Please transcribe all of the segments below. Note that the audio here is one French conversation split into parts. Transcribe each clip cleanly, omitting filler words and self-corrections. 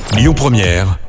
Lyon Première,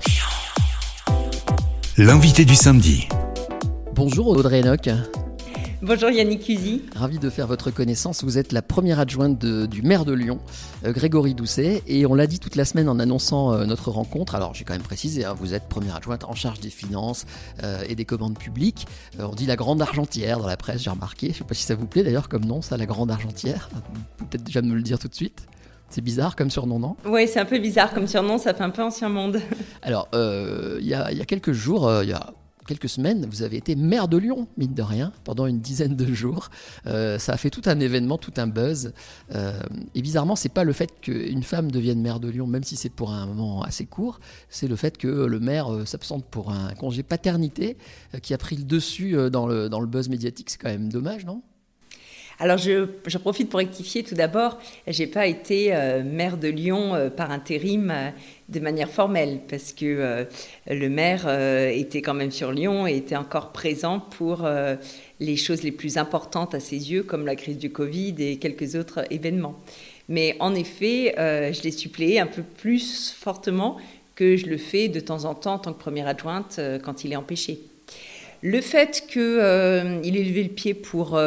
l'invité du samedi. Bonjour Audrey Enoch. Bonjour Yannick Cusy. Ravi de faire votre connaissance. Vous êtes la première adjointe du maire de Lyon, Grégory Doucet. Et on l'a dit toute la semaine en annonçant notre rencontre. Alors j'ai quand même précisé, vous êtes première adjointe en charge des finances et des commandes publiques. On dit la grande argentière dans la presse, j'ai remarqué. Je ne sais pas si ça vous plaît d'ailleurs comme nom, ça, la grande argentière. Peut-être déjà me le dire tout de suite. C'est bizarre comme surnom, non ? Oui, c'est un peu bizarre comme surnom, ça fait un peu ancien monde. Alors, il y a quelques jours, il y a quelques semaines, vous avez été maire de Lyon, mine de rien, pendant une dizaine de jours. Ça a fait tout un événement, tout un buzz. Et bizarrement, c'est pas le fait qu'une femme devienne maire de Lyon, même si c'est pour un moment assez court, c'est le fait que le maire s'absente pour un congé paternité qui a pris le dessus dans le buzz médiatique. C'est quand même dommage, non ? Alors, je profite pour rectifier tout d'abord. Je n'ai pas été maire de Lyon par intérim de manière formelle, parce que le maire était quand même sur Lyon et était encore présent pour les choses les plus importantes à ses yeux, comme la crise du Covid et quelques autres événements. Mais en effet, je l'ai suppléé un peu plus fortement que je le fais de temps en temps en tant que première adjointe quand il est empêché. Le fait qu'il ait levé le pied pour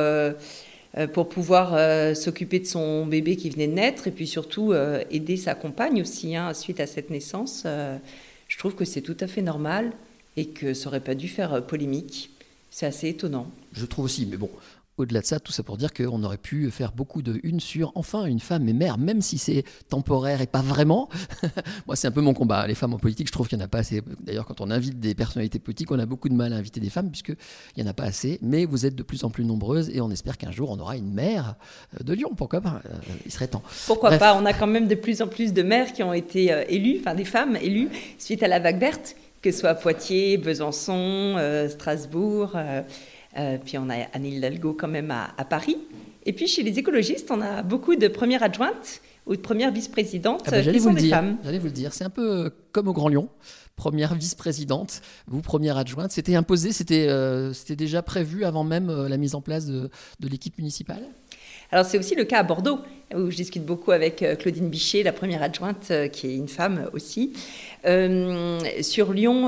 pouvoir s'occuper de son bébé qui venait de naître et puis surtout aider sa compagne aussi suite à cette naissance. Je trouve que c'est tout à fait normal et que ça n'aurait pas dû faire polémique. C'est assez étonnant. Je trouve aussi, mais bon, au-delà de ça, tout ça pour dire qu'on aurait pu faire beaucoup de une sur enfin une femme est maire, même si c'est temporaire et pas vraiment. Moi, c'est un peu mon combat. Les femmes en politique, je trouve qu'il n'y en a pas assez. D'ailleurs, quand on invite des personnalités politiques, on a beaucoup de mal à inviter des femmes puisqu'il n'y en a pas assez. Mais vous êtes de plus en plus nombreuses et on espère qu'un jour, on aura une maire de Lyon. Pourquoi pas ? Il serait temps. Pourquoi pas ? On a quand même de plus en plus de maires qui ont été élus, enfin des femmes élues, suite à la vague verte, que ce soit à Poitiers, Besançon, Strasbourg... puis on a Anne Hidalgo quand même à Paris. Et puis chez les écologistes, on a beaucoup de premières adjointes ou de premières vice-présidentes qui sont des femmes. J'allais vous le dire, c'est un peu comme au Grand Lyon. Première vice-présidente, vous première adjointe. C'était imposé, c'était déjà prévu avant même la mise en place de l'équipe municipale ? Alors c'est aussi le cas à Bordeaux, où je discute beaucoup avec Claudine Bichet, la première adjointe, qui est une femme aussi. Sur Lyon,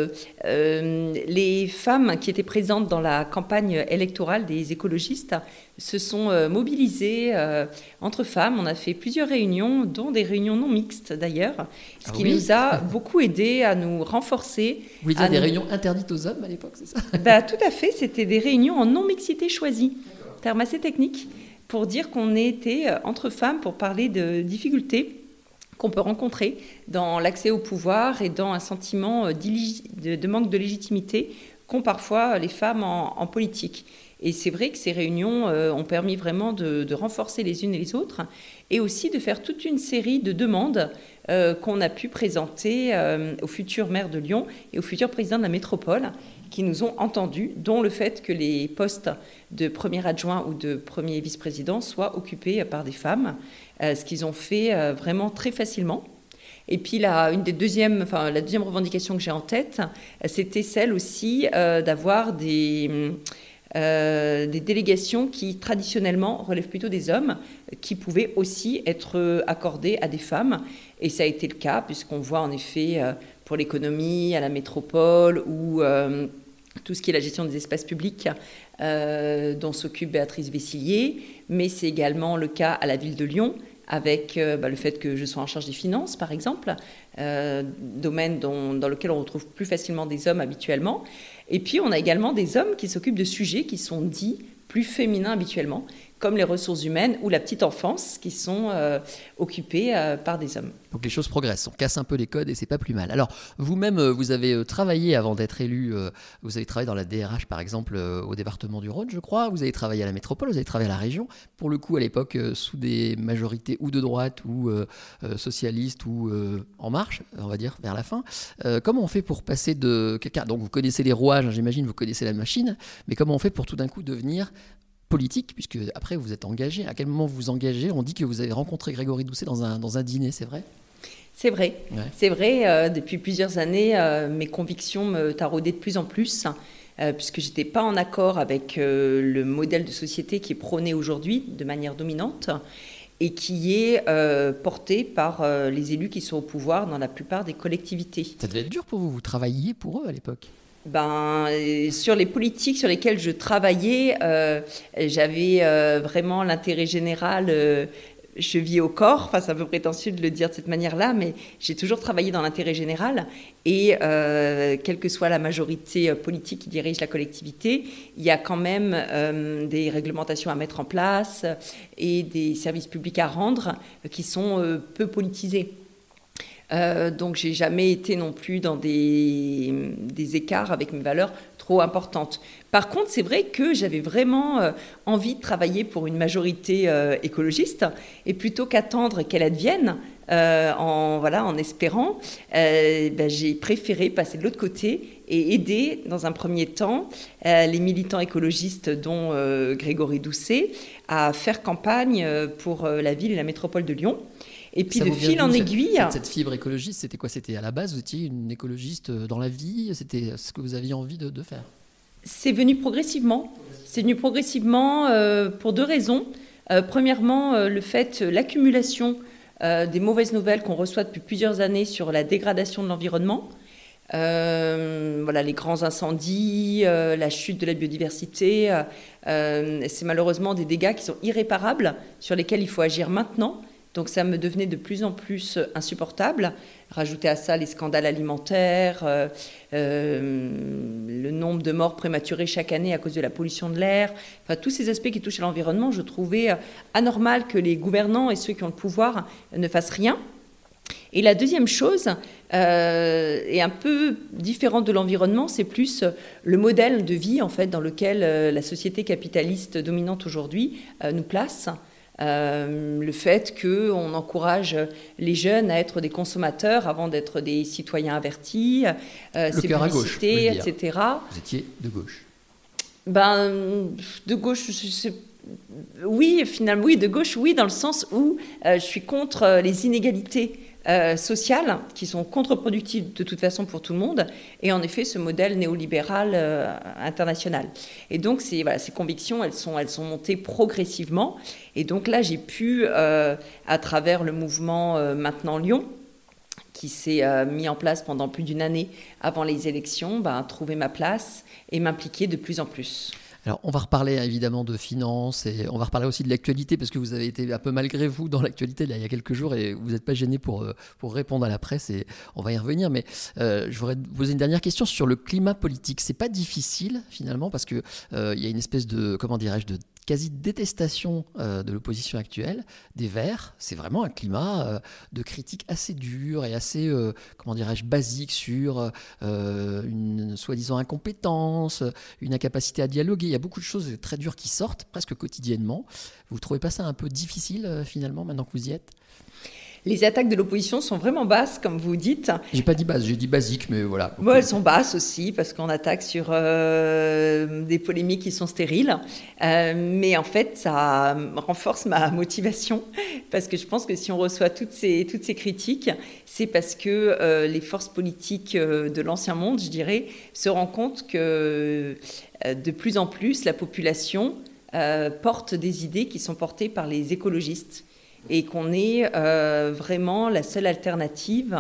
les femmes qui étaient présentes dans la campagne électorale des écologistes se sont mobilisées entre femmes. On a fait plusieurs réunions, dont des réunions non mixtes d'ailleurs, ce qui nous a beaucoup aidé à nous renforcer. Vous voulez dire des réunions interdites aux hommes à l'époque, c'est ça ? Tout à fait, c'était des réunions en non-mixité choisie, terme assez technique, pour dire qu'on était entre femmes pour parler de difficultés qu'on peut rencontrer dans l'accès au pouvoir et dans un sentiment de manque de légitimité qu'ont parfois les femmes en politique. Et c'est vrai que ces réunions ont permis vraiment de renforcer les unes et les autres et aussi de faire toute une série de demandes qu'on a pu présenter au futur maire de Lyon et au futur président de la métropole qui nous ont entendus, dont le fait que les postes de premier adjoint ou de premier vice-président soient occupés par des femmes, ce qu'ils ont fait vraiment très facilement. Et puis la deuxième revendication que j'ai en tête, c'était celle aussi d'avoir des délégations qui traditionnellement relèvent plutôt des hommes, qui pouvaient aussi être accordées à des femmes. Et ça a été le cas, puisqu'on voit en effet pour l'économie, à la métropole, ou tout ce qui est la gestion des espaces publics, dont s'occupe Béatrice Vessillier, mais c'est également le cas à la ville de Lyon, avec le fait que je sois en charge des finances, par exemple, domaine dans lequel on retrouve plus facilement des hommes habituellement. Et puis, on a également des hommes qui s'occupent de sujets qui sont dits plus féminins habituellement, comme les ressources humaines ou la petite enfance, qui sont occupées par des hommes. Donc les choses progressent, on casse un peu les codes et c'est pas plus mal. Alors vous-même, vous avez travaillé avant d'être élu, vous avez travaillé dans la DRH par exemple au département du Rhône, je crois, vous avez travaillé à la métropole, vous avez travaillé à la région, pour le coup à l'époque sous des majorités ou de droite ou socialistes ou en marche, on va dire, vers la fin. Comment on fait pour passer de quelqu'un, donc vous connaissez les rouages, j'imagine, vous connaissez la machine, mais comment on fait pour tout d'un coup devenir politique, puisque après vous êtes engagé. À quel moment vous vous engagez ? On dit que vous avez rencontré Grégory Doucet dans un dîner, c'est vrai ? C'est vrai. Ouais. C'est vrai. Depuis plusieurs années, mes convictions me taraudaient de plus en plus, puisque je n'étais pas en accord avec le modèle de société qui est prôné aujourd'hui de manière dominante. et qui est porté par les élus qui sont au pouvoir dans la plupart des collectivités. Ça devait être dur pour vous, vous travailliez pour eux à l'époque? Sur les politiques sur lesquelles je travaillais, j'avais vraiment l'intérêt général chevillé au corps. Enfin, c'est un peu prétentieux de le dire de cette manière-là, mais j'ai toujours travaillé dans l'intérêt général. Et quelle que soit la majorité politique qui dirige la collectivité, il y a quand même des réglementations à mettre en place et des services publics à rendre qui sont peu politisés. Donc j'ai jamais été non plus dans des écarts avec mes valeurs trop importantes. Par contre, c'est vrai que j'avais vraiment envie de travailler pour une majorité écologiste, et plutôt qu'attendre qu'elle advienne, en espérant, j'ai préféré passer de l'autre côté et aider dans un premier temps les militants écologistes, dont Grégory Doucet, à faire campagne pour la ville et la métropole de Lyon. Et puis de fil en aiguille... Cette fibre écologiste, c'était quoi? C'était à la base, vous étiez une écologiste dans la vie? C'était ce que vous aviez envie de faire? C'est venu progressivement. C'est venu progressivement pour deux raisons. Premièrement, l'accumulation des mauvaises nouvelles qu'on reçoit depuis plusieurs années sur la dégradation de l'environnement. Les grands incendies, la chute de la biodiversité. C'est malheureusement des dégâts qui sont irréparables, sur lesquels il faut agir maintenant. Donc ça me devenait de plus en plus insupportable. Rajouter à ça les scandales alimentaires, le nombre de morts prématurées chaque année à cause de la pollution de l'air. Enfin, tous ces aspects qui touchent à l'environnement, je trouvais anormal que les gouvernants et ceux qui ont le pouvoir ne fassent rien. Et la deuxième chose, est un peu différente de l'environnement, c'est plus le modèle de vie en fait, dans lequel la société capitaliste dominante aujourd'hui nous place. Le fait qu'on encourage les jeunes à être des consommateurs avant d'être des citoyens avertis, ces publicités, etc. Vous étiez de gauche? De gauche, oui, finalement, oui, de gauche, oui, dans le sens où je suis contre les inégalités sociales qui sont contre-productives de toute façon pour tout le monde, et en effet ce modèle néolibéral international. Et donc ces convictions, elles sont montées progressivement, et donc là j'ai pu, à travers le mouvement Maintenant Lyon, qui s'est mis en place pendant plus d'une année avant les élections, trouver ma place et m'impliquer de plus en plus. Alors, on va reparler évidemment de finances et on va reparler aussi de l'actualité, parce que vous avez été un peu malgré vous dans l'actualité là, il y a quelques jours, et vous n'êtes pas gêné pour répondre à la presse, et on va y revenir. Mais je voudrais vous poser une dernière question sur le climat politique. C'est pas difficile finalement, parce que il y a une espèce de, de quasi-détestation de l'opposition actuelle, des Verts. C'est vraiment un climat de critique assez dur et assez, basique sur une soi-disant incompétence, une incapacité à dialoguer. Il y a beaucoup de choses très dures qui sortent presque quotidiennement. Vous ne trouvez pas ça un peu difficile finalement, maintenant que vous y êtes ? Les attaques de l'opposition sont vraiment basses, comme vous dites. J'ai pas dit basse, j'ai dit basique, mais voilà. Elles sont basses aussi, parce qu'on attaque sur des polémiques qui sont stériles. Mais en fait, ça renforce ma motivation, parce que je pense que si on reçoit toutes ces critiques, c'est parce que les forces politiques de l'ancien monde, je dirais, se rendent compte que de plus en plus, la population porte des idées qui sont portées par les écologistes, et qu'on est vraiment la seule alternative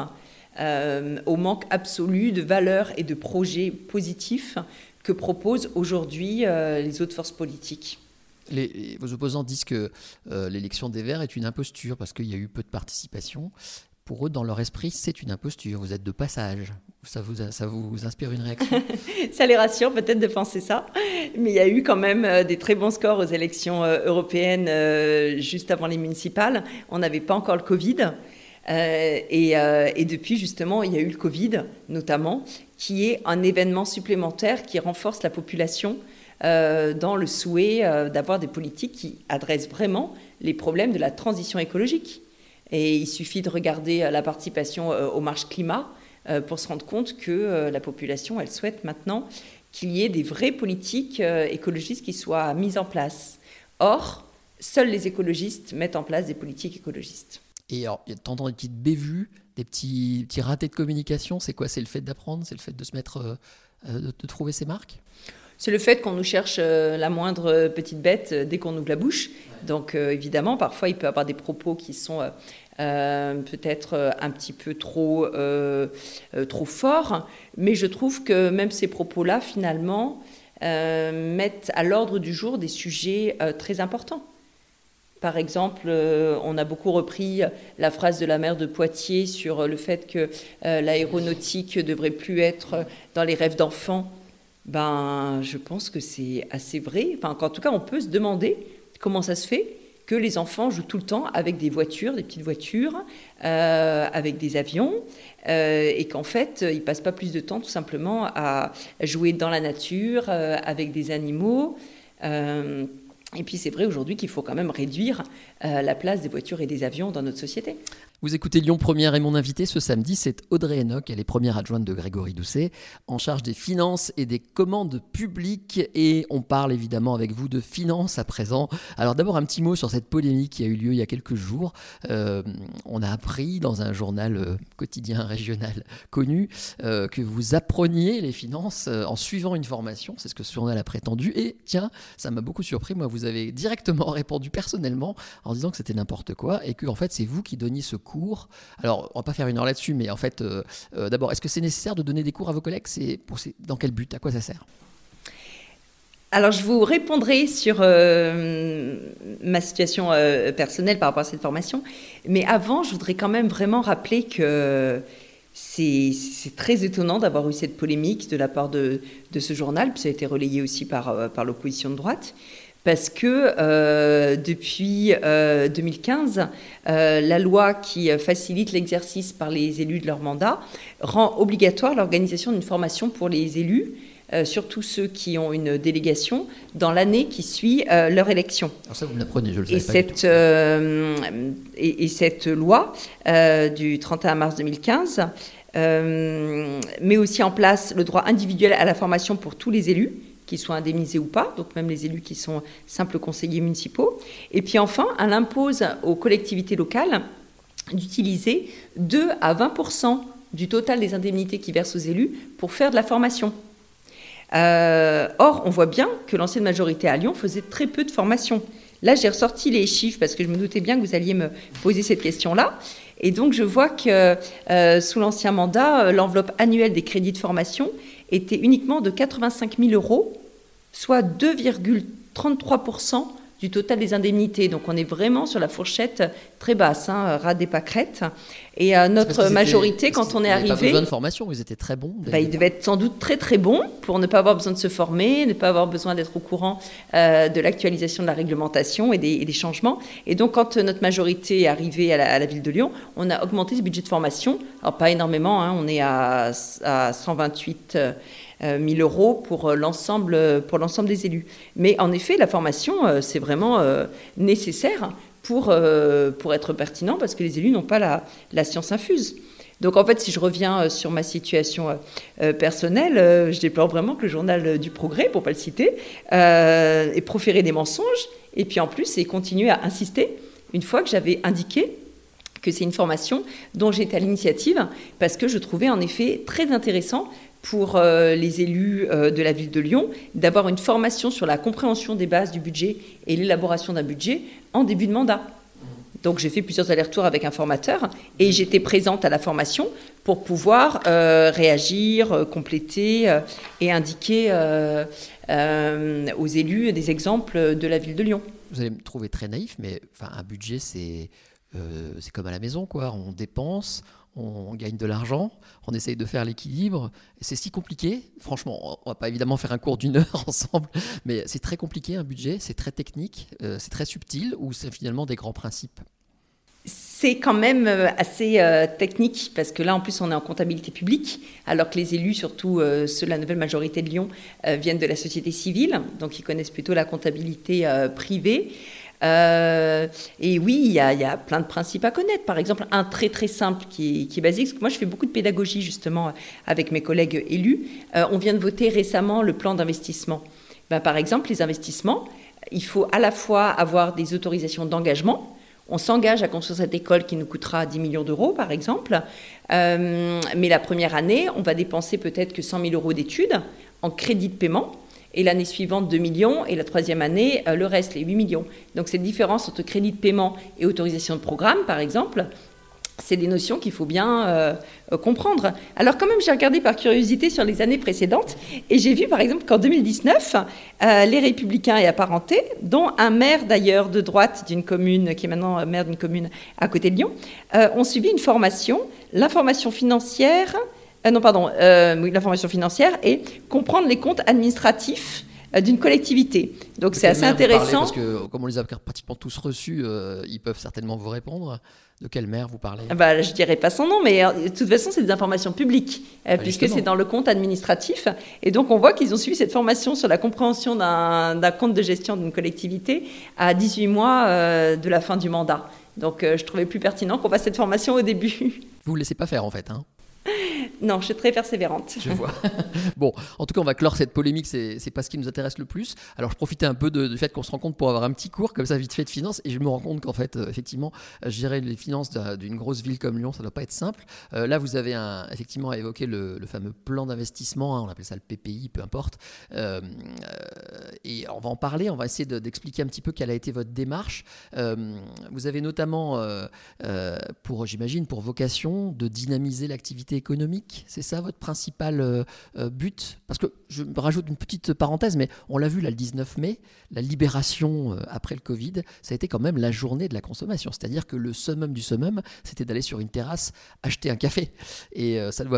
au manque absolu de valeurs et de projets positifs que proposent aujourd'hui les autres forces politiques. Vos opposants disent que l'élection des Verts est une imposture parce qu'il y a eu peu de participation. Pour eux, dans leur esprit, c'est une imposture. Vous êtes de passage. Ça vous inspire une réaction ? Ça les rassure peut-être de penser ça. Mais il y a eu quand même des très bons scores aux élections européennes juste avant les municipales. On n'avait pas encore le Covid. Et depuis, justement, il y a eu le Covid, notamment, qui est un événement supplémentaire qui renforce la population dans le souhait d'avoir des politiques qui adressent vraiment les problèmes de la transition écologique. Et il suffit de regarder la participation aux marches climat pour se rendre compte que la population, elle souhaite maintenant qu'il y ait des vraies politiques écologistes qui soient mises en place. Or, seuls les écologistes mettent en place des politiques écologistes. Et alors, il y a tant de petites bévues, des petits ratés de communication. C'est quoi ? C'est le fait d'apprendre ? C'est le fait de se mettre, de trouver ses marques ? C'est le fait qu'on nous cherche la moindre petite bête dès qu'on ouvre la bouche. Donc évidemment, parfois, il peut y avoir des propos qui sont peut-être un petit peu trop forts. Mais je trouve que même ces propos-là, finalement, mettent à l'ordre du jour des sujets très importants. Par exemple, on a beaucoup repris la phrase de la maire de Poitiers sur le fait que l'aéronautique ne devrait plus être dans les rêves d'enfants. Je pense que c'est assez vrai. En tout cas, on peut se demander comment ça se fait que les enfants jouent tout le temps avec des voitures, des petites voitures, avec des avions, et qu'en fait, ils ne passent pas plus de temps tout simplement à jouer dans la nature, avec des animaux. Et puis c'est vrai aujourd'hui qu'il faut quand même réduire la place des voitures et des avions dans notre société. Vous écoutez Lyon Première et mon invité ce samedi, c'est Audrey Enoch. Elle est première adjointe de Grégory Doucet, en charge des finances et des commandes publiques. Et on parle évidemment avec vous de finances à présent. Alors d'abord un petit mot sur cette polémique qui a eu lieu il y a quelques jours. On a appris dans un journal quotidien régional connu que vous appreniez les finances en suivant une formation. C'est ce que ce journal a prétendu. Et tiens, ça m'a beaucoup surpris. Moi, vous avez directement répondu personnellement en disant que c'était n'importe quoi et que en fait c'est vous qui donniez ce cours. Alors, on va pas faire une heure là-dessus, mais en fait, d'abord, est-ce que c'est nécessaire de donner des cours à vos collègues ? Dans quel but ? À quoi ça sert ? Alors, je vous répondrai sur ma situation personnelle par rapport à cette formation. Mais avant, je voudrais quand même vraiment rappeler que c'est très étonnant d'avoir eu cette polémique de la part de ce journal, puis ça a été relayé aussi par l'opposition de droite. Parce que depuis 2015, la loi qui facilite l'exercice par les élus de leur mandat rend obligatoire l'organisation d'une formation pour les élus, surtout ceux qui ont une délégation, dans l'année qui suit leur élection. Alors ça, vous me l'apprenez, je le savais pas du tout. Et cette loi du 31 mars 2015 met aussi en place le droit individuel à la formation pour tous les élus, qu'ils soient indemnisés ou pas, donc même les élus qui sont simples conseillers municipaux. Et puis enfin, elle impose aux collectivités locales d'utiliser 2 à 20% du total des indemnités qui versent aux élus pour faire de la formation. Or, on voit bien que l'ancienne majorité à Lyon faisait très peu de formation. Là, j'ai ressorti les chiffres parce que je me doutais bien que vous alliez me poser cette question-là. Et donc, je vois que sous l'ancien mandat, l'enveloppe annuelle des crédits de formation était uniquement de 85 000 €, soit 2,33% du total des indemnités. Donc on est vraiment sur la fourchette très basse, ras des pâquerettes. Et notre majorité, quand on est arrivé... Pas besoin de formation, ils étaient très bons. Ils devaient être sans doute très très bons pour ne pas avoir besoin de se former, ne pas avoir besoin d'être au courant de l'actualisation de la réglementation et des changements. Et donc quand notre majorité est arrivée à la ville de Lyon, on a augmenté ce budget de formation. Alors pas énormément, on est à 128 000 € pour l'ensemble des élus. Mais en effet, la formation, c'est vraiment nécessaire pour être pertinent, parce que les élus n'ont pas la science infuse. Donc en fait, si je reviens sur ma situation personnelle, je déplore vraiment que le journal du Progrès, pour ne pas le citer, ait proféré des mensonges, et puis en plus, ait continué à insister, une fois que j'avais indiqué que c'est une formation dont j'étais à l'initiative, parce que je trouvais en effet très intéressant pour les élus de la ville de Lyon d'avoir une formation sur la compréhension des bases du budget et l'élaboration d'un budget en début de mandat. Donc j'ai fait plusieurs allers-retours avec un formateur et j'étais présente à la formation pour pouvoir réagir, compléter et indiquer aux élus des exemples de la ville de Lyon. Vous allez me trouver très naïf, mais un budget, c'est comme à la maison, quoi. On dépense, on gagne de l'argent, on essaye de faire l'équilibre. C'est si compliqué. Franchement, on ne va pas évidemment faire un cours d'1 heure ensemble, mais c'est très compliqué un budget, c'est très technique, c'est très subtil, ou c'est finalement des grands principes ? C'est quand même assez technique, parce que là, en plus, on est en comptabilité publique, alors que les élus, surtout ceux de la nouvelle majorité de Lyon, viennent de la société civile, donc ils connaissent plutôt la comptabilité privée. Et oui, il y a plein de principes à connaître. Par exemple, un très très simple qui est basique, parce que moi je fais beaucoup de pédagogie justement avec mes collègues élus. On vient de voter récemment le plan d'investissement. Par exemple, les investissements, il faut à la fois avoir des autorisations d'engagement. On s'engage à construire cette école qui nous coûtera 10 millions d'euros, par exemple. Mais la première année, on va dépenser peut-être que 100 000 € d'études en crédit de paiement. et l'année suivante 2 millions, et la troisième année, le reste, les 8 millions. Donc cette différence entre crédit de paiement et autorisation de programme, par exemple, c'est des notions qu'il faut bien comprendre. Alors quand même, j'ai regardé par curiosité sur les années précédentes et j'ai vu par exemple qu'en 2019, les Républicains et apparentés, dont un maire d'ailleurs de droite d'une commune, qui est maintenant maire d'une commune à côté de Lyon, ont suivi une formation, l'information financière, l'information financière et comprendre les comptes administratifs d'une collectivité. Donc c'est assez intéressant. Parce que comme on les a pratiquement tous reçus, ils peuvent certainement vous répondre. De quelle maire vous parlez ? Je ne dirais pas son nom, mais de toute façon, c'est des informations publiques, puisque c'est dans le compte administratif. Et donc, on voit qu'ils ont suivi cette formation sur la compréhension d'un compte de gestion d'une collectivité à 18 mois de la fin du mandat. Donc, je trouvais plus pertinent qu'on fasse cette formation au début. Vous ne laissez pas faire, en fait, hein ? Non, je suis très persévérante. Je vois. Bon, en tout cas, on va clore cette polémique, c'est pas ce qui nous intéresse le plus. Alors, je profitais un peu du fait qu'on se rencontre pour avoir un petit cours, comme ça, vite fait, de finance, et je me rends compte qu'en fait, effectivement, gérer les finances d'une grosse ville comme Lyon, ça doit pas être simple. Là, vous avez effectivement évoqué le fameux plan d'investissement, on appelle ça le PPI, peu importe. Et on va en parler, on va essayer d'expliquer un petit peu quelle a été votre démarche. Vous avez notamment, j'imagine, pour vocation de dynamiser l'activité économique, c'est ça votre principal but ? Parce que je me rajoute une petite parenthèse, mais on l'a vu là le 19 mai, la libération après le Covid, ça a été quand même la journée de la consommation. C'est-à-dire que le summum du summum, c'était d'aller sur une terrasse acheter un café. Et ça doit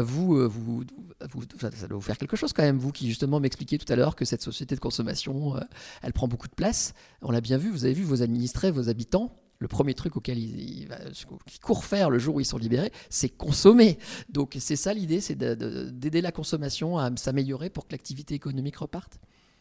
ça doit vous faire quelque chose quand même, vous qui justement m'expliquiez tout à l'heure que cette société de consommation, elle prend beaucoup de place. On l'a bien vu, vous avez vu vos administrés, vos habitants. Le premier truc auquel ils courent faire le jour où ils sont libérés, c'est consommer. Donc c'est ça l'idée, c'est d'aider la consommation à s'améliorer pour que l'activité économique reparte.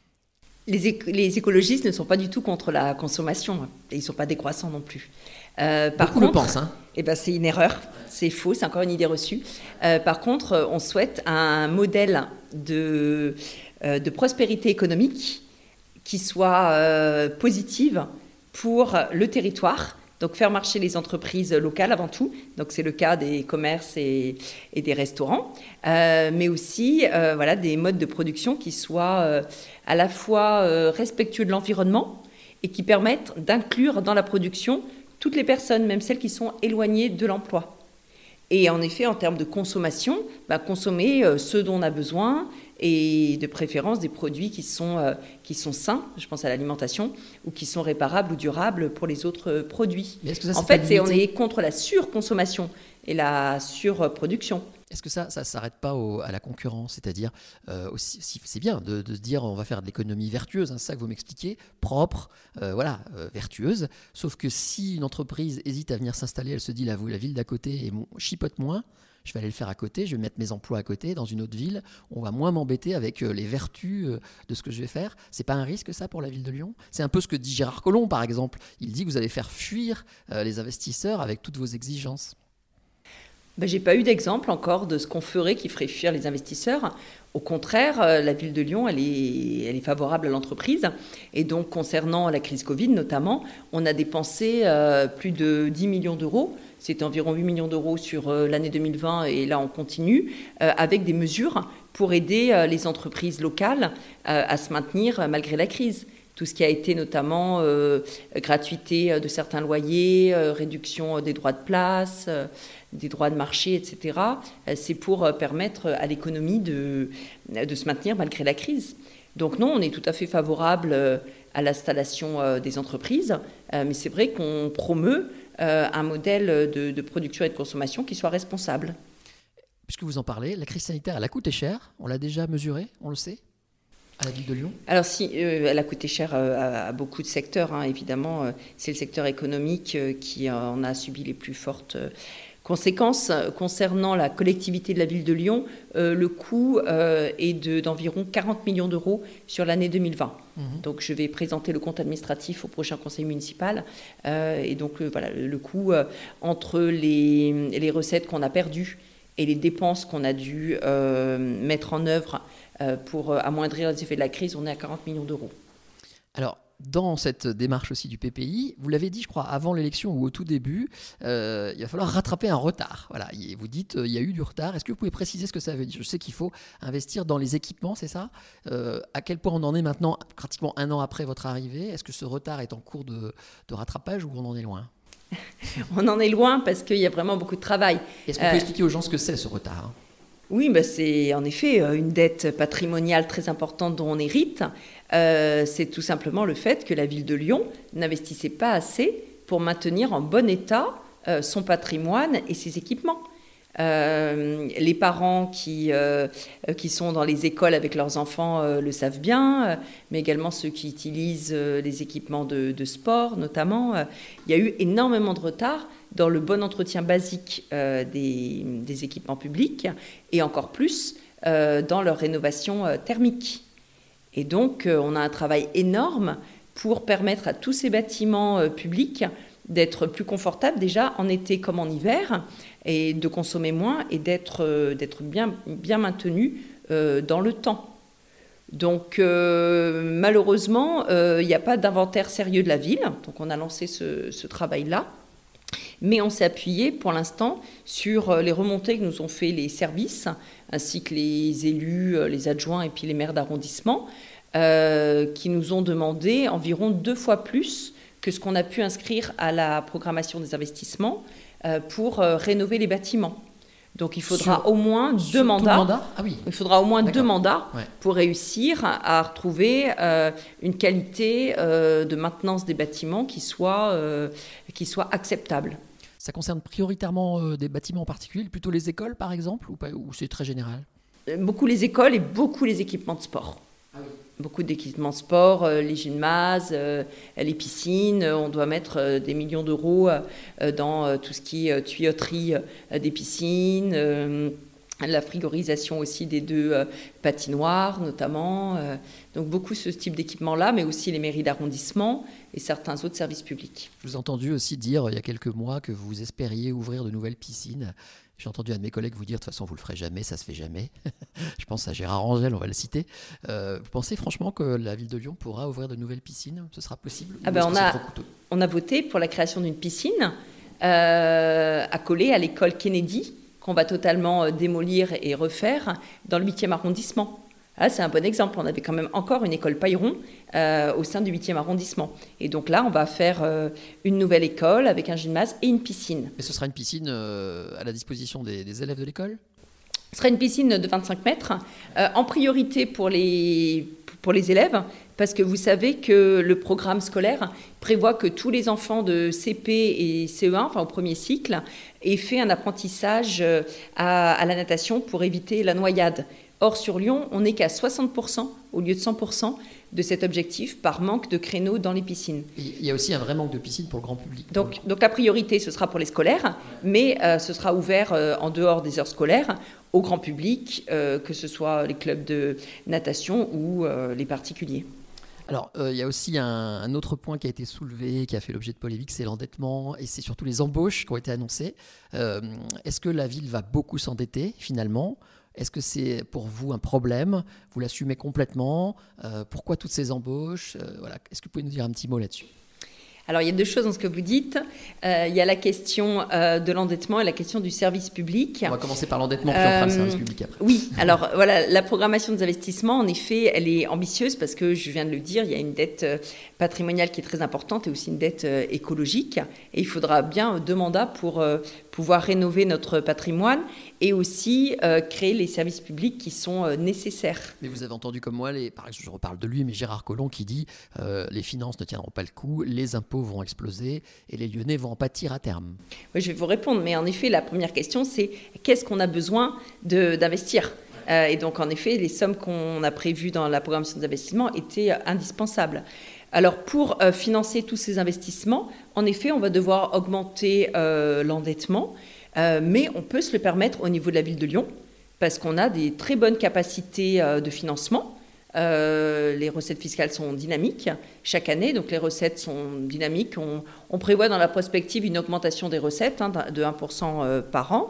Les écologistes ne sont pas du tout contre la consommation. Et ils ne sont pas décroissants non plus. Beaucoup le pensent. Hein. C'est une erreur, c'est faux, c'est encore une idée reçue. Par contre, on souhaite un modèle de prospérité économique qui soit positive pour le territoire, donc faire marcher les entreprises locales avant tout, donc c'est le cas des commerces et des restaurants, mais aussi des modes de production qui soient à la fois respectueux de l'environnement et qui permettent d'inclure dans la production toutes les personnes, même celles qui sont éloignées de l'emploi. Et en effet, en termes de consommation, consommer ce dont on a besoin, et de préférence des produits qui sont sains, je pense à l'alimentation, ou qui sont réparables ou durables pour les autres produits. En fait, on est contre la surconsommation et la surproduction. Est-ce que ça ne s'arrête pas à la concurrence ? C'est-à-dire, c'est bien de se dire on va faire de l'économie vertueuse, c'est ça que vous m'expliquez, propre, vertueuse. Sauf que si une entreprise hésite à venir s'installer, elle se dit la ville d'à côté chipote moins, je vais aller le faire à côté, je vais mettre mes emplois à côté dans une autre ville, on va moins m'embêter avec les vertus de ce que je vais faire. C'est pas un risque ça pour la ville de Lyon ? C'est un peu ce que dit Gérard Collomb par exemple. Il dit que vous allez faire fuir les investisseurs avec toutes vos exigences. J'ai pas eu d'exemple encore de ce qu'on ferait qui ferait fuir les investisseurs. Au contraire, la ville de Lyon, elle est favorable à l'entreprise. Et donc, concernant la crise Covid notamment, on a dépensé plus de 10 millions d'euros. C'était environ 8 millions d'euros sur l'année 2020 et là, on continue avec des mesures pour aider les entreprises locales à se maintenir malgré la crise. Tout ce qui a été notamment gratuité de certains loyers, réduction des droits de place, des droits de marché, etc. C'est pour permettre à l'économie de se maintenir malgré la crise. Donc non, on est tout à fait favorable à l'installation des entreprises, mais c'est vrai qu'on promeut un modèle de production et de consommation qui soit responsable. Puisque vous en parlez, la crise sanitaire, elle a coûté cher, on l'a déjà mesuré, on le sait ? À la ville de Lyon ? Alors si, elle a coûté cher à beaucoup de secteurs, évidemment. C'est le secteur économique qui en a subi les plus fortes conséquences. Concernant la collectivité de la ville de Lyon, le coût est d'environ 40 millions d'euros sur l'année 2020. Donc je vais présenter le compte administratif au prochain conseil municipal. Et donc le coût entre les recettes qu'on a perdues et les dépenses qu'on a dû mettre en œuvre pour amoindrir les effets de la crise, on est à 40 millions d'euros. Alors, dans cette démarche aussi du PPI, vous l'avez dit, je crois, avant l'élection ou au tout début, il va falloir rattraper un retard. Voilà, vous dites il y a eu du retard. Est-ce que vous pouvez préciser ce que ça veut dire ? Je sais qu'il faut investir dans les équipements, c'est ça ? À quel point on en est maintenant, pratiquement un an après votre arrivée ? Est-ce que ce retard est en cours de rattrapage ou on en est loin ? On en est loin parce qu'il y a vraiment beaucoup de travail. Est-ce qu'on peut expliquer aux gens ce que c'est ce retard ? Oui, c'est en effet une dette patrimoniale très importante dont on hérite. C'est tout simplement le fait que la ville de Lyon n'investissait pas assez pour maintenir en bon état son patrimoine et ses équipements. Les parents qui sont dans les écoles avec leurs enfants le savent bien, mais également ceux qui utilisent les équipements de sport notamment. Il y a eu énormément de retard dans le bon entretien basique des équipements publics et encore plus dans leur rénovation thermique. Et donc, on a un travail énorme pour permettre à tous ces bâtiments publics d'être plus confortables déjà en été comme en hiver et de consommer moins et d'être bien maintenus dans le temps. Donc, malheureusement, il n'y a pas d'inventaire sérieux de la ville. Donc, on a lancé ce travail-là. Mais on s'est appuyé pour l'instant sur les remontées que nous ont fait les services, ainsi que les élus, les adjoints et puis les maires d'arrondissement, qui nous ont demandé environ 2 fois plus que ce qu'on a pu inscrire à la programmation des investissements pour rénover les bâtiments. Donc il faudra au moins 2 mandats. Ah oui. Il faudra au moins 2 mandats ouais. pour réussir à retrouver une qualité de maintenance des bâtiments qui soit acceptable. Ça concerne prioritairement des bâtiments en particulier, plutôt les écoles par exemple, ou c'est très général ? Beaucoup les écoles et beaucoup les équipements de sport. Ah oui. Beaucoup d'équipements de sport, les gymnases, les piscines. On doit mettre des millions d'euros dans tout ce qui est tuyauterie des piscines, la frigorisation aussi des 2 patinoires notamment. Donc beaucoup ce type d'équipement-là, mais aussi les mairies d'arrondissement et certains autres services publics. Je vous ai entendu aussi dire il y a quelques mois que vous espériez ouvrir de nouvelles piscines. J'ai entendu un de mes collègues vous dire de toute façon vous le ferez jamais, ça se fait jamais. Je pense à Gérard Angel, on va le citer. Vous pensez franchement que la ville de Lyon pourra ouvrir de nouvelles piscines ? Ce sera possible ? On a voté pour la création d'une piscine accolée à l'école Kennedy, qu'on va totalement démolir et refaire dans le 8e arrondissement. Là, c'est un bon exemple. On avait quand même encore une école Pailleron au sein du 8e arrondissement. Et donc là, on va faire une nouvelle école avec un gymnase et une piscine. Et ce sera une piscine à la disposition des élèves de l'école ? Ce sera une piscine de 25 mètres, en priorité pour les élèves, parce que vous savez que le programme scolaire prévoit que tous les enfants de CP et CE1, enfin au premier cycle, aient fait un apprentissage à la natation pour éviter la noyade. Or, sur Lyon, on n'est qu'à 60% au lieu de 100% de cet objectif par manque de créneaux dans les piscines. Il y a aussi un vrai manque de piscines pour le grand public. Donc la priorité, ce sera pour les scolaires, mais ce sera ouvert en dehors des heures scolaires au grand public, que ce soit les clubs de natation ou les particuliers. Alors, il y a aussi un autre point qui a été soulevé, qui a fait l'objet de polémiques, c'est l'endettement et c'est surtout les embauches qui ont été annoncées. Est-ce que la ville va beaucoup s'endetter finalement ? Est-ce que c'est pour vous un problème ? Vous l'assumez complètement ? Pourquoi toutes ces embauches ? Voilà. Est-ce que vous pouvez nous dire un petit mot là-dessus ? Alors, il y a 2 choses dans ce que vous dites. Il y a la question de l'endettement et la question du service public. On va commencer par l'endettement, puis on fera le service public après. Oui, alors voilà, la programmation des investissements, en effet, elle est ambitieuse parce que, je viens de le dire, il y a une dette patrimoniale qui est très importante et aussi une dette écologique. Et il faudra bien 2 mandats pour pouvoir rénover notre patrimoine et aussi créer les services publics qui sont nécessaires. Mais vous avez entendu comme moi, par exemple, je reparle de lui, mais Gérard Collomb qui dit les finances ne tiendront pas le coup, les impôts vont exploser et les Lyonnais vont en pâtir à terme. Oui, je vais vous répondre, mais en effet, la première question, c'est qu'est-ce qu'on a besoin d'investir ? Et donc, en effet, les sommes qu'on a prévues dans la programmation des investissements étaient indispensables. Alors, pour financer tous ces investissements, en effet, on va devoir augmenter l'endettement, mais on peut se le permettre au niveau de la ville de Lyon, parce qu'on a des très bonnes capacités de financement. Les recettes fiscales sont dynamiques chaque année, donc les recettes sont dynamiques. On prévoit dans la prospective une augmentation des recettes de 1% par an.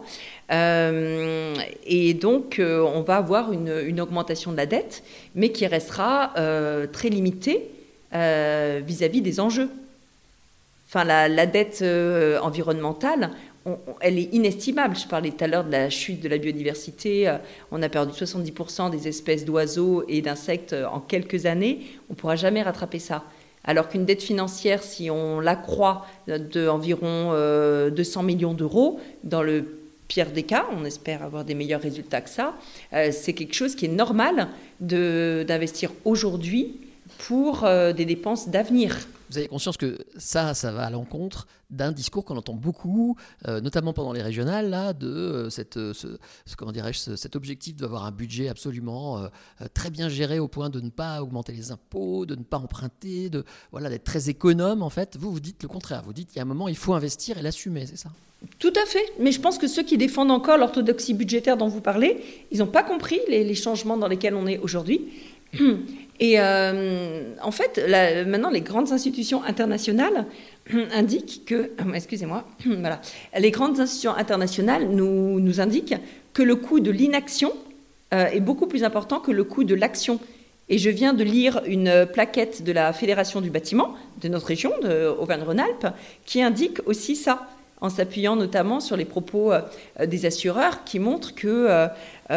Et donc, on va avoir une augmentation de la dette, mais qui restera très limitée vis-à-vis des enjeux. Enfin, la dette environnementale, elle est inestimable. Je parlais tout à l'heure de la chute de la biodiversité. On a perdu 70% des espèces d'oiseaux et d'insectes en quelques années. On ne pourra jamais rattraper ça. Alors qu'une dette financière, si on l'accroît d'environ 200 millions d'euros, dans le pire des cas, on espère avoir des meilleurs résultats que ça, c'est quelque chose qui est normal d'investir aujourd'hui pour des dépenses d'avenir. Vous avez conscience que ça va à l'encontre d'un discours qu'on entend beaucoup, notamment pendant les régionales, là, de cet objectif d'avoir un budget absolument très bien géré au point de ne pas augmenter les impôts, de ne pas emprunter, d'être très économe en fait. Vous dites le contraire, vous dites qu'il y a un moment il faut investir et l'assumer, c'est ça ? Tout à fait, mais je pense que ceux qui défendent encore l'orthodoxie budgétaire dont vous parlez, ils n'ont pas compris les changements dans lesquels on est aujourd'hui. Et en fait, maintenant, les grandes institutions internationales indiquent que... voilà. Les grandes institutions internationales nous indiquent que le coût de l'inaction est beaucoup plus important que le coût de l'action. Et je viens de lire une plaquette de la Fédération du bâtiment de notre région, de Auvergne-Rhône-Alpes, qui indique aussi ça, en s'appuyant notamment sur les propos des assureurs qui montrent que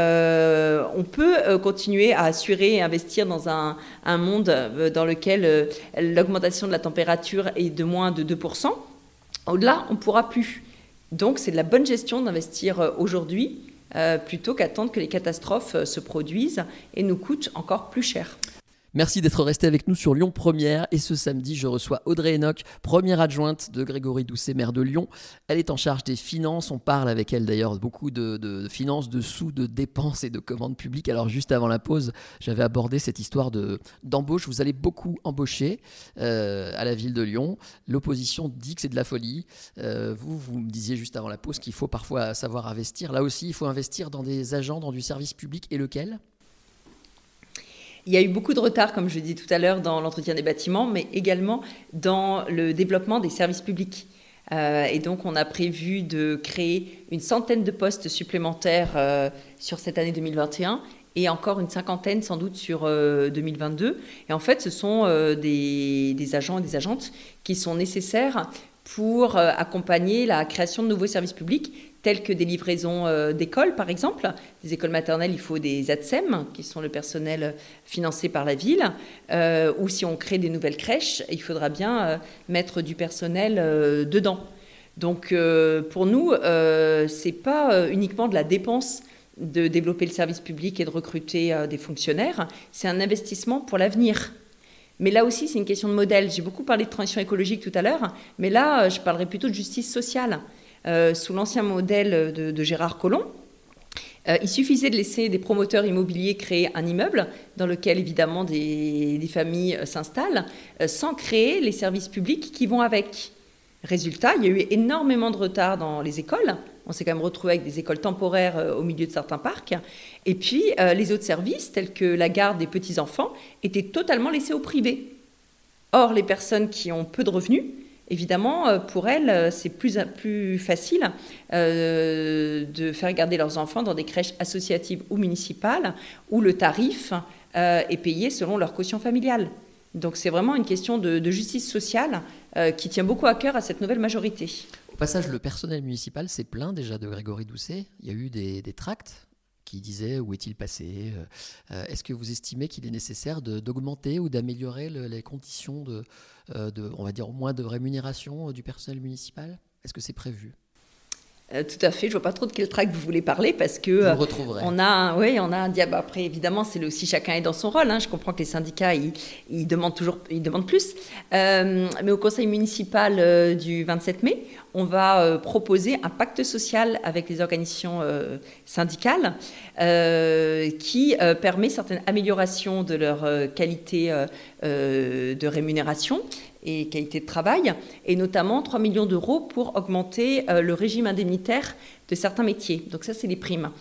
on peut continuer à assurer et investir dans un monde dans lequel l'augmentation de la température est de moins de 2%. Au-delà, on ne pourra plus. Donc, c'est de la bonne gestion d'investir aujourd'hui plutôt qu'attendre que les catastrophes se produisent et nous coûtent encore plus cher. Merci d'être resté avec nous sur Lyon Première. Et ce samedi, je reçois Audrey Enoch, première adjointe de Grégory Doucet, maire de Lyon. Elle est en charge des finances. On parle avec elle d'ailleurs beaucoup de finances, de sous, de dépenses et de commandes publiques. Alors juste avant la pause, j'avais abordé cette histoire d'embauche. Vous allez beaucoup embaucher à la ville de Lyon. L'opposition dit que c'est de la folie. Vous me disiez juste avant la pause qu'il faut parfois savoir investir. Là aussi, il faut investir dans des agents, dans du service public. Et lequel ? Il y a eu beaucoup de retard, comme je dis tout à l'heure, dans l'entretien des bâtiments, mais également dans le développement des services publics. Et donc, on a prévu de créer une centaine de postes supplémentaires sur cette année 2021 et encore une cinquantaine sans doute sur 2022. Et en fait, ce sont des agents et des agentes qui sont nécessaires pour accompagner la création de nouveaux services publics, tels que des livraisons d'écoles, par exemple. Des écoles maternelles, il faut des ATSEM, qui sont le personnel financé par la ville. Ou si on crée des nouvelles crèches, il faudra bien mettre du personnel dedans. Donc, pour nous, ce n'est pas uniquement de la dépense de développer le service public et de recruter des fonctionnaires. C'est un investissement pour l'avenir. Mais là aussi, c'est une question de modèle. J'ai beaucoup parlé de transition écologique tout à l'heure, mais là, je parlerai plutôt de justice sociale. Sous l'ancien modèle de Gérard Collomb, il suffisait de laisser des promoteurs immobiliers créer un immeuble dans lequel, évidemment, des familles s'installent, sans créer les services publics qui vont avec. Résultat, il y a eu énormément de retard dans les écoles. On s'est quand même retrouvé avec des écoles temporaires au milieu de certains parcs. Et puis, les autres services, tels que la garde des petits-enfants, étaient totalement laissés au privé. Or, les personnes qui ont peu de revenus, évidemment, pour elles, c'est plus facile de faire garder leurs enfants dans des crèches associatives ou municipales où le tarif est payé selon leur quotient familial. Donc c'est vraiment une question de justice sociale qui tient beaucoup à cœur à cette nouvelle majorité. Au passage, le personnel municipal s'est plaint déjà de Grégory Doucet. Il y a eu des tracts qui disaient où est-il passé. Est-ce que vous estimez qu'il est nécessaire d'augmenter ou d'améliorer les conditions on va dire au moins de rémunération du personnel municipal ? Est-ce que c'est prévu ? Tout à fait, je ne vois pas trop de quel tract vous voulez parler parce que on a un diable. Après, évidemment, c'est aussi chacun est dans son rôle. Je comprends que les syndicats ils demandent plus. Mais au conseil municipal du 27 mai, on va proposer un pacte social avec les organisations syndicales qui permet certaines améliorations de leur qualité de rémunération et qualité de travail, et notamment 3 millions d'euros pour augmenter le régime indemnitaire de certains métiers. Donc ça, c'est les primes.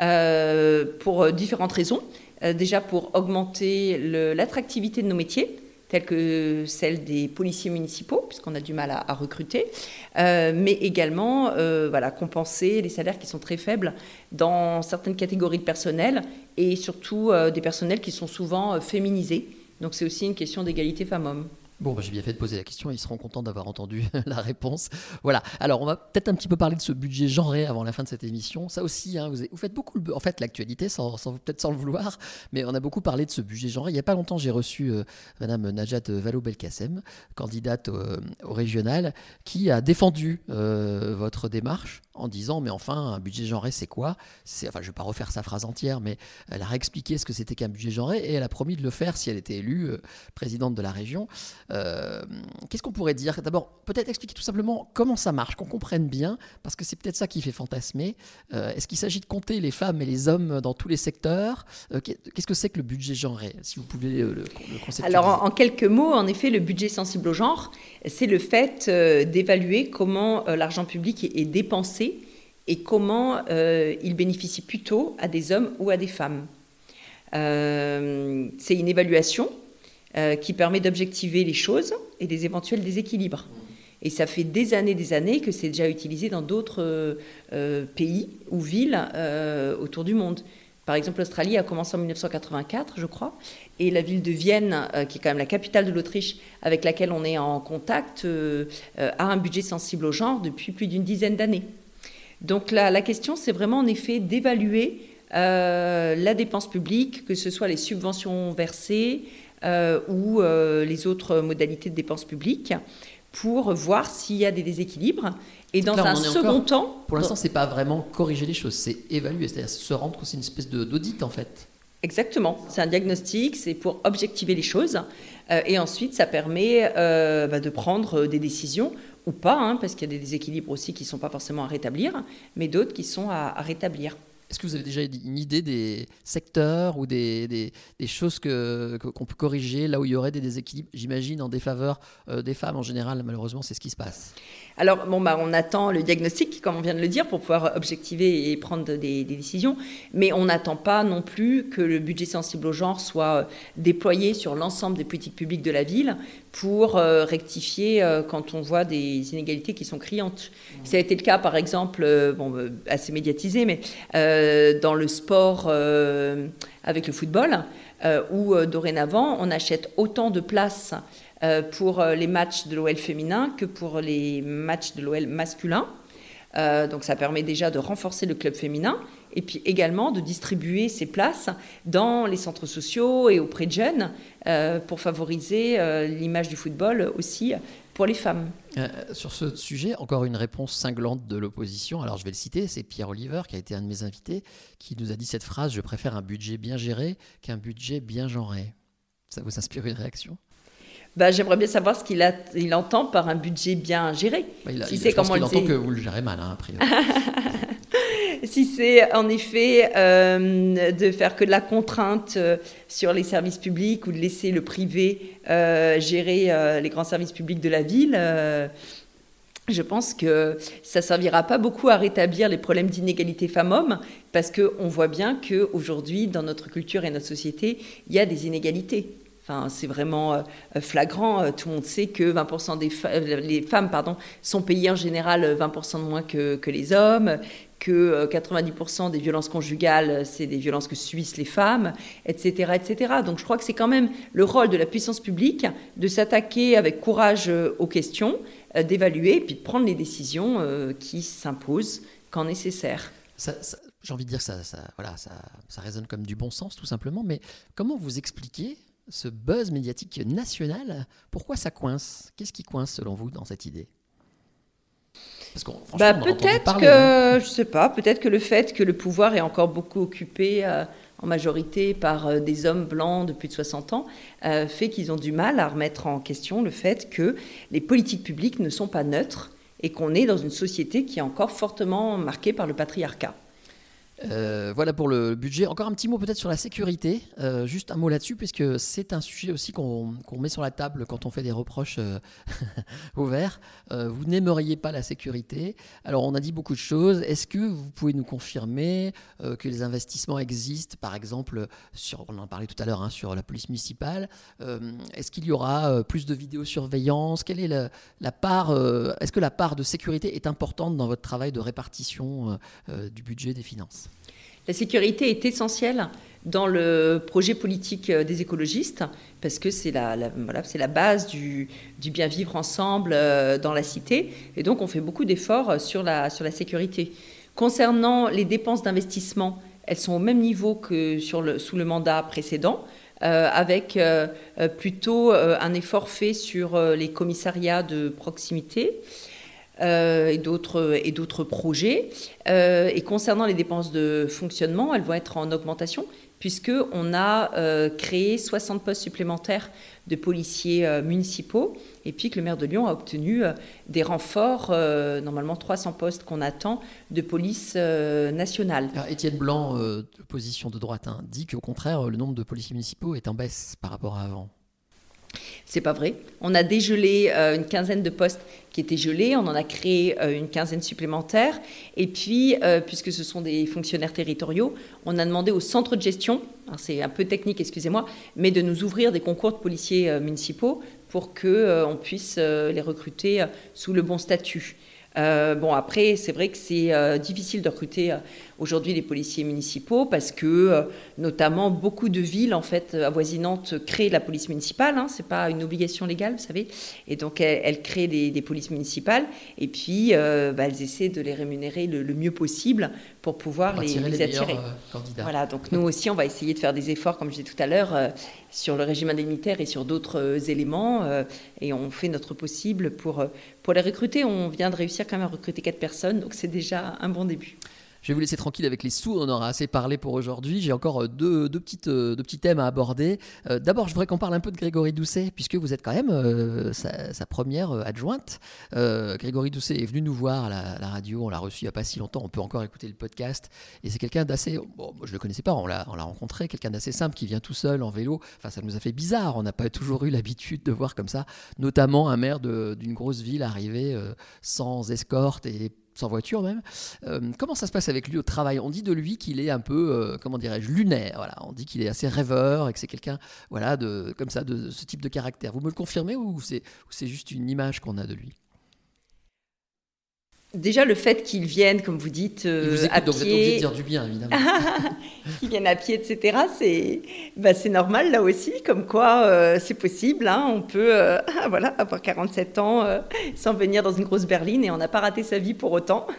Pour différentes raisons. Déjà pour augmenter l'attractivité de nos métiers, tels que celle des policiers municipaux, puisqu'on a du mal à recruter, mais également compenser les salaires qui sont très faibles dans certaines catégories de personnel, et surtout des personnels qui sont souvent féminisés, Donc c'est aussi une question d'égalité femmes-hommes. Bon, j'ai bien fait de poser la question, ils seront contents d'avoir entendu la réponse. Voilà, alors on va peut-être un petit peu parler de ce budget genré avant la fin de cette émission. Ça aussi, hein, vous faites beaucoup, en fait, l'actualité, peut-être sans le vouloir, mais on a beaucoup parlé de ce budget genré. Il n'y a pas longtemps, j'ai reçu Madame Najat Vallaud-Belkacem, candidate au régional, qui a défendu votre démarche en disant, mais enfin, un budget genré, c'est quoi ? Enfin, je ne vais pas refaire sa phrase entière, mais elle a réexpliqué ce que c'était qu'un budget genré et elle a promis de le faire si elle était élue présidente de la région. Qu'est-ce qu'on pourrait dire ? D'abord, peut-être expliquer tout simplement comment ça marche, qu'on comprenne bien, parce que c'est peut-être ça qui fait fantasmer. Est-ce qu'il s'agit de compter les femmes et les hommes dans tous les secteurs ? Qu'est-ce que c'est que le budget genré ? Si vous pouvez le conceptualiser. Alors, en quelques mots, en effet, le budget sensible au genre, c'est le fait d'évaluer comment l'argent public est dépensé et comment il bénéficie plutôt à des hommes ou à des femmes. C'est une évaluation qui permet d'objectiver les choses et des éventuels déséquilibres. Et ça fait des années que c'est déjà utilisé dans d'autres pays ou villes autour du monde. Par exemple, l'Australie a commencé en 1984, je crois, et la ville de Vienne, qui est quand même la capitale de l'Autriche, avec laquelle on est en contact, a un budget sensible au genre depuis plus d'une dizaine d'années. Donc la question, c'est vraiment en effet d'évaluer la dépense publique, que ce soit les subventions versées ou les autres modalités de dépenses publiques, pour voir s'il y a des déséquilibres. Et dans un second temps... Pour l'instant, c'est pas vraiment corriger les choses, c'est évaluer, c'est-à-dire se rendre que c'est une espèce d'audit en fait. Exactement, c'est un diagnostic, c'est pour objectiver les choses. Et ensuite, ça permet de prendre des décisions, ou pas, hein, parce qu'il y a des déséquilibres aussi qui ne sont pas forcément à rétablir, mais d'autres qui sont à rétablir. Est-ce que vous avez déjà une idée des secteurs ou des choses qu'on peut corriger là où il y aurait des déséquilibres, j'imagine, en défaveur des femmes en général, malheureusement, c'est ce qui se passe. Alors, on attend le diagnostic, comme on vient de le dire, pour pouvoir objectiver et prendre des décisions, mais on n'attend pas non plus que le budget sensible au genre soit déployé sur l'ensemble des politiques publiques de la ville pour rectifier quand on voit des inégalités qui sont criantes. Ça a été le cas, par exemple, assez médiatisé, mais dans le sport avec le football, où dorénavant, on achète autant de places pour les matchs de l'OL féminin que pour les matchs de l'OL masculin. Donc ça permet déjà de renforcer le club féminin et puis également de distribuer ces places dans les centres sociaux et auprès de jeunes pour favoriser l'image du football aussi pour les femmes. Sur ce sujet, encore une réponse cinglante de l'opposition. Alors je vais le citer, c'est Pierre Oliver qui a été un de mes invités qui nous a dit cette phrase: je préfère un budget bien géré qu'un budget bien genré. Ça vous inspire une réaction ? J'aimerais bien savoir ce qu'il entend par un budget bien géré. Je pense qu'il entend que vous le gérez mal, hein, a priori. Si c'est en effet de faire que de la contrainte sur les services publics ou de laisser le privé gérer les grands services publics de la ville, je pense que ça ne servira pas beaucoup à rétablir les problèmes d'inégalité femmes-hommes, parce qu'on voit bien qu'aujourd'hui, dans notre culture et notre société, il y a des inégalités. Enfin, c'est vraiment flagrant. Tout le monde sait que 20% les femmes sont payées en général 20% de moins que les hommes, que 90% des violences conjugales, c'est des violences que subissent les femmes, etc., etc. Donc je crois que c'est quand même le rôle de la puissance publique de s'attaquer avec courage aux questions, d'évaluer et puis de prendre les décisions qui s'imposent quand nécessaire. J'ai envie de dire que ça résonne comme du bon sens tout simplement, mais comment vous expliquez ce buzz médiatique national? Pourquoi ça coince? Qu'est-ce qui coince selon vous dans cette idée? Parce qu'on, franchement, peut-être que, je sais pas, peut-être que le fait que le pouvoir est encore beaucoup occupé en majorité par des hommes blancs de plus de 60 ans fait qu'ils ont du mal à remettre en question le fait que les politiques publiques ne sont pas neutres et qu'on est dans une société qui est encore fortement marquée par le patriarcat. Voilà pour le budget. Encore un petit mot peut-être sur la sécurité, juste un mot là-dessus, puisque c'est un sujet aussi qu'on met sur la table quand on fait des reproches ouverts. Vous n'aimeriez pas la sécurité. Alors on a dit beaucoup de choses. Est-ce que vous pouvez nous confirmer que les investissements existent, par exemple, on en parlait tout à l'heure, sur la police municipale. Est-ce qu'il y aura plus de vidéosurveillance? Quelle est la part est-ce que la part de sécurité est importante dans votre travail de répartition du budget des finances? La sécurité est essentielle dans le projet politique des écologistes, parce que c'est c'est la base du bien vivre ensemble dans la cité. Et donc, on fait beaucoup d'efforts sur la sécurité. Concernant les dépenses d'investissement, elles sont au même niveau que sous le mandat précédent, avec plutôt un effort fait sur les commissariats de proximité et d'autres projets. Et concernant les dépenses de fonctionnement, elles vont être en augmentation, puisqu'on a créé 60 postes supplémentaires de policiers municipaux, et puis que le maire de Lyon a obtenu des renforts, normalement 300 postes qu'on attend, de police nationale. Alors, Étienne Blanc, de position de droite, dit qu'au contraire, le nombre de policiers municipaux est en baisse par rapport à avant. C'est pas vrai. On a dégelé une quinzaine de postes qui étaient gelés, on en a créé une quinzaine supplémentaires. Et puis, puisque ce sont des fonctionnaires territoriaux, on a demandé au centre de gestion, alors c'est un peu technique, excusez-moi, mais de nous ouvrir des concours de policiers municipaux pour qu'on puisse les recruter sous le bon statut. Après, c'est vrai que c'est difficile de recruter aujourd'hui les policiers municipaux parce que, notamment, beaucoup de villes en fait avoisinantes créent la police municipale. C'est pas une obligation légale, vous savez. Et donc, elles créent des polices municipales et puis elles essaient de les rémunérer le mieux possible pour pouvoir les attirer. Candidats. Voilà. Donc, nous aussi, on va essayer de faire des efforts, comme je disais tout à l'heure, sur le régime indemnitaire et sur d'autres éléments. Et on fait notre possible pour les recruter. On vient de réussir quand même à recruter 4 personnes, donc c'est déjà un bon début. Je vais vous laisser tranquille avec les sous, on aura assez parlé pour aujourd'hui. J'ai encore deux petits thèmes à aborder. D'abord, je voudrais qu'on parle un peu de Grégory Doucet, puisque vous êtes quand même sa première adjointe. Grégory Doucet est venu nous voir à la radio, on l'a reçu il n'y a pas si longtemps, on peut encore écouter le podcast. Et c'est quelqu'un d'assez... Bon, je ne le connaissais pas, on l'a rencontré, quelqu'un d'assez simple qui vient tout seul en vélo. Enfin, ça nous a fait bizarre, on n'a pas toujours eu l'habitude de voir comme ça, notamment un maire d'une grosse ville arriver sans escorte et sans voiture même. Comment ça se passe avec lui au travail ? On dit de lui qu'il est un peu, lunaire. Voilà. On dit qu'il est assez rêveur et que c'est quelqu'un de ce type de caractère. Vous me le confirmez ou c'est juste une image qu'on a de lui ? Déjà, le fait qu'ils viennent, comme vous dites, à pied... Donc vous êtes obligé de dire du bien, évidemment. Qu'ils viennent à pied, etc. C'est normal, là aussi, comme quoi c'est possible. On peut avoir 47 ans sans venir dans une grosse berline et on n'a pas raté sa vie pour autant.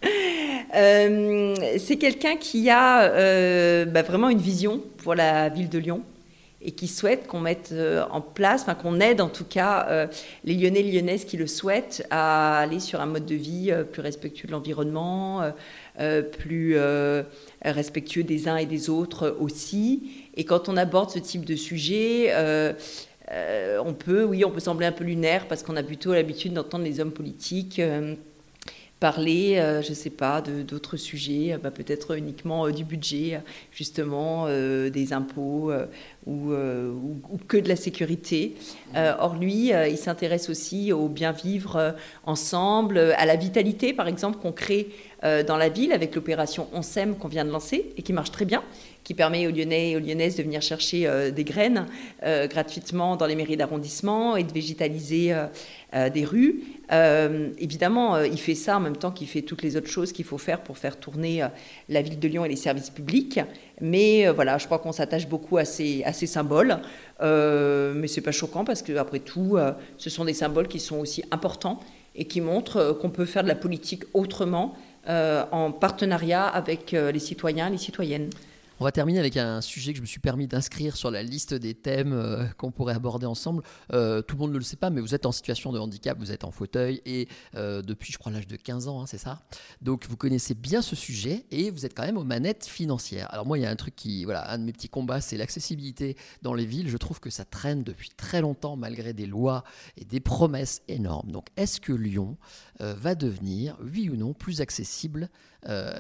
C'est quelqu'un qui a vraiment une vision pour la ville de Lyon et qui souhaite qu'on mette en place, qu'on aide en tout cas les Lyonnais et Lyonnaises qui le souhaitent à aller sur un mode de vie plus respectueux de l'environnement, plus respectueux des uns et des autres aussi. Et quand on aborde ce type de sujet, on peut sembler un peu lunaire parce qu'on a plutôt l'habitude d'entendre les hommes politiques parler, je ne sais pas, d'autres sujets, peut-être uniquement du budget, justement, des impôts ou que de la sécurité. Or, lui, il s'intéresse aussi au bien vivre ensemble, à la vitalité, par exemple, qu'on crée dans la ville avec l'opération On s'aime qu'on vient de lancer et qui marche très bien, qui permet aux Lyonnais et aux Lyonnaises de venir chercher des graines gratuitement dans les mairies d'arrondissement et de végétaliser des rues. Évidemment, il fait ça en même temps qu'il fait toutes les autres choses qu'il faut faire pour faire tourner la ville de Lyon et les services publics. Mais je crois qu'on s'attache beaucoup à ces symboles. Mais ce n'est pas choquant parce qu'après tout, ce sont des symboles qui sont aussi importants et qui montrent qu'on peut faire de la politique autrement en partenariat avec les citoyens et les citoyennes. On va terminer avec un sujet que je me suis permis d'inscrire sur la liste des thèmes qu'on pourrait aborder ensemble. Tout le monde ne le sait pas, mais vous êtes en situation de handicap, vous êtes en fauteuil et depuis, je crois, l'âge de 15 ans, c'est ça ? Donc, vous connaissez bien ce sujet et vous êtes quand même aux manettes financières. Alors moi, il y a un truc un de mes petits combats, c'est l'accessibilité dans les villes. Je trouve que ça traîne depuis très longtemps malgré des lois et des promesses énormes. Donc, est-ce que Lyon va devenir, oui ou non, plus accessible rapidement ?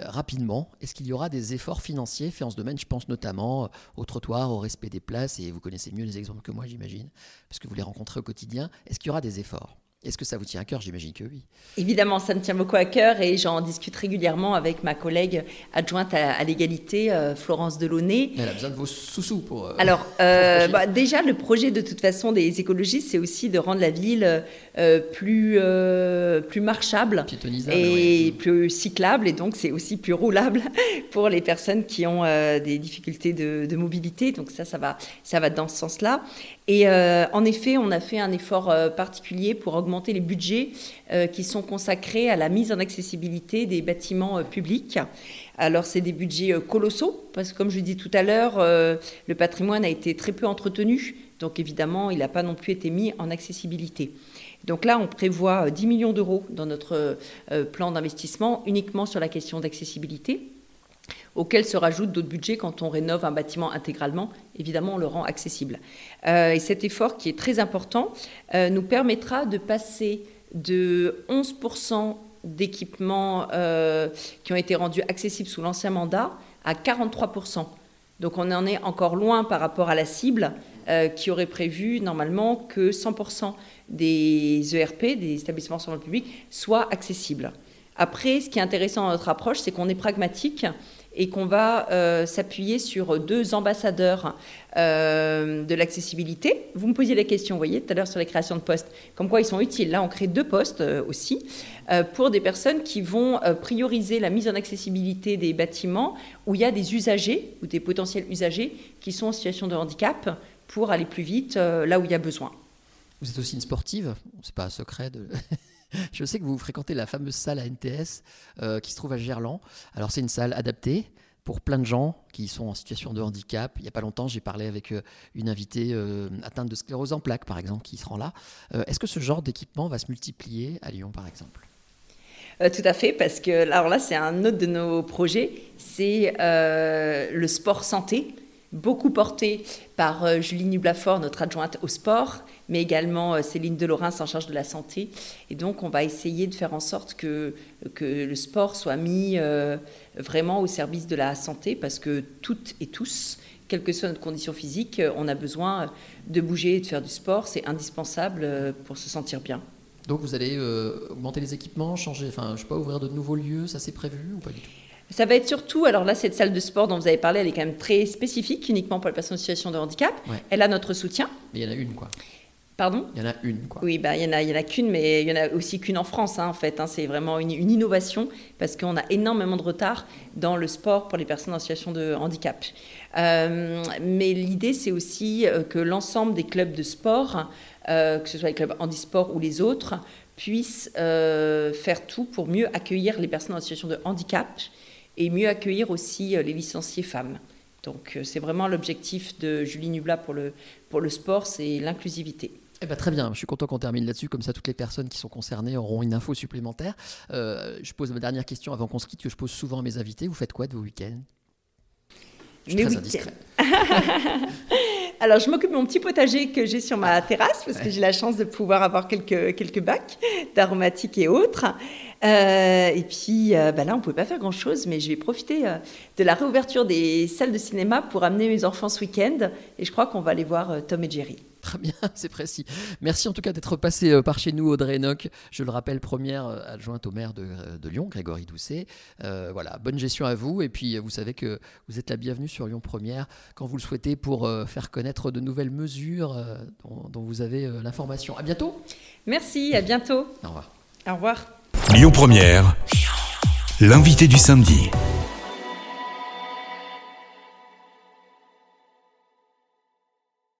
Est-ce qu'il y aura des efforts financiers faits en ce domaine ? Je pense notamment au trottoir, au respect des places, et vous connaissez mieux les exemples que moi, j'imagine, parce que vous les rencontrez au quotidien. Est-ce qu'il y aura des efforts ? Est-ce que ça vous tient à cœur? J'imagine que oui. Évidemment, ça me tient beaucoup à cœur et j'en discute régulièrement avec ma collègue adjointe à l'égalité, Florence Delaunay. Elle a besoin de vos sous-sous pour... Alors, déjà, le projet de toute façon des écologistes, c'est aussi de rendre la ville plus marchable et plus cyclable, et donc c'est aussi plus roulable pour les personnes qui ont des difficultés de mobilité. Donc ça va dans ce sens-là. Et en effet, on a fait un effort particulier pour augmenter les budgets qui sont consacrés à la mise en accessibilité des bâtiments publics. Alors, c'est des budgets colossaux, parce que comme je l'ai dit tout à l'heure, le patrimoine a été très peu entretenu. Donc, évidemment, il n'a pas non plus été mis en accessibilité. Donc là, on prévoit 10 millions d'euros dans notre plan d'investissement uniquement sur la question d'accessibilité, auquel se rajoutent d'autres budgets quand on rénove un bâtiment intégralement. Évidemment, on le rend accessible. Et cet effort, qui est très important, nous permettra de passer de 11% d'équipements qui ont été rendus accessibles sous l'ancien mandat à 43%. Donc on en est encore loin par rapport à la cible qui aurait prévu normalement que 100% des ERP, des établissements recevant le public, soient accessibles. Après, ce qui est intéressant dans notre approche, c'est qu'on est pragmatique et qu'on va s'appuyer sur 2 ambassadeurs de l'accessibilité. Vous me posiez la question, vous voyez, tout à l'heure sur les créations de postes, comme quoi ils sont utiles. Là, on crée 2 postes aussi pour des personnes qui vont prioriser la mise en accessibilité des bâtiments où il y a des usagers ou des potentiels usagers qui sont en situation de handicap pour aller plus vite là où il y a besoin. Vous êtes aussi une sportive, c'est pas un secret de... Je sais que vous fréquentez la fameuse salle à NTS qui se trouve à Gerland. Alors, c'est une salle adaptée pour plein de gens qui sont en situation de handicap. Il n'y a pas longtemps, j'ai parlé avec une invitée atteinte de sclérose en plaques, par exemple, qui se rend là. Est-ce que ce genre d'équipement va se multiplier à Lyon, par exemple ? Tout à fait, parce que alors là, c'est un autre de nos projets, c'est le sport santé, beaucoup porté par Julie Nublafort, notre adjointe au sport, mais également Céline Delorens en charge de la santé. Et donc, on va essayer de faire en sorte que le sport soit mis vraiment au service de la santé, parce que toutes et tous, quelle que soit notre condition physique, on a besoin de bouger et de faire du sport. C'est indispensable pour se sentir bien. Donc, vous allez augmenter les équipements, changer, je sais pas, ouvrir de nouveaux lieux, ça c'est prévu ou pas du tout ? Ça va être surtout, alors là, cette salle de sport dont vous avez parlé, elle est quand même très spécifique, uniquement pour les personnes en situation de handicap. Ouais. Elle a notre soutien. Mais il y en a une, quoi. Pardon ? Il y en a une, quoi. Oui, il y en a qu'une, mais il y en a aussi qu'une en France, en fait. C'est vraiment une innovation, parce qu'on a énormément de retard dans le sport pour les personnes en situation de handicap. Mais l'idée, c'est aussi que l'ensemble des clubs de sport, que ce soit les clubs handisport ou les autres, puissent faire tout pour mieux accueillir les personnes en situation de handicap et mieux accueillir aussi les licenciés femmes. Donc c'est vraiment l'objectif de Julie Nublat pour le sport, c'est l'inclusivité. Eh ben, très bien, je suis content qu'on termine là-dessus, comme ça toutes les personnes qui sont concernées auront une info supplémentaire. Je pose ma dernière question avant qu'on se quitte, que je pose souvent à mes invités. Vous faites quoi de vos week-ends ? Je suis très indiscret. Alors, je m'occupe de mon petit potager que j'ai sur ma terrasse, parce que j'ai la chance de pouvoir avoir quelques bacs d'aromatiques et autres. Et puis, là, on ne pouvait pas faire grand-chose, mais je vais profiter de la réouverture des salles de cinéma pour amener mes enfants ce week-end. Et je crois qu'on va aller voir Tom et Jerry. Très bien, c'est précis. Merci en tout cas d'être passé par chez nous, Audrey Enoch. Je le rappelle, première adjointe au maire de Lyon, Grégory Doucet. Voilà, bonne gestion à vous. Et puis, vous savez que vous êtes la bienvenue sur Lyon Première quand vous le souhaitez pour faire connaître de nouvelles mesures dont vous avez l'information. À bientôt. Merci, à bientôt. Au revoir. Au revoir. Lyon Première, l'invité du samedi.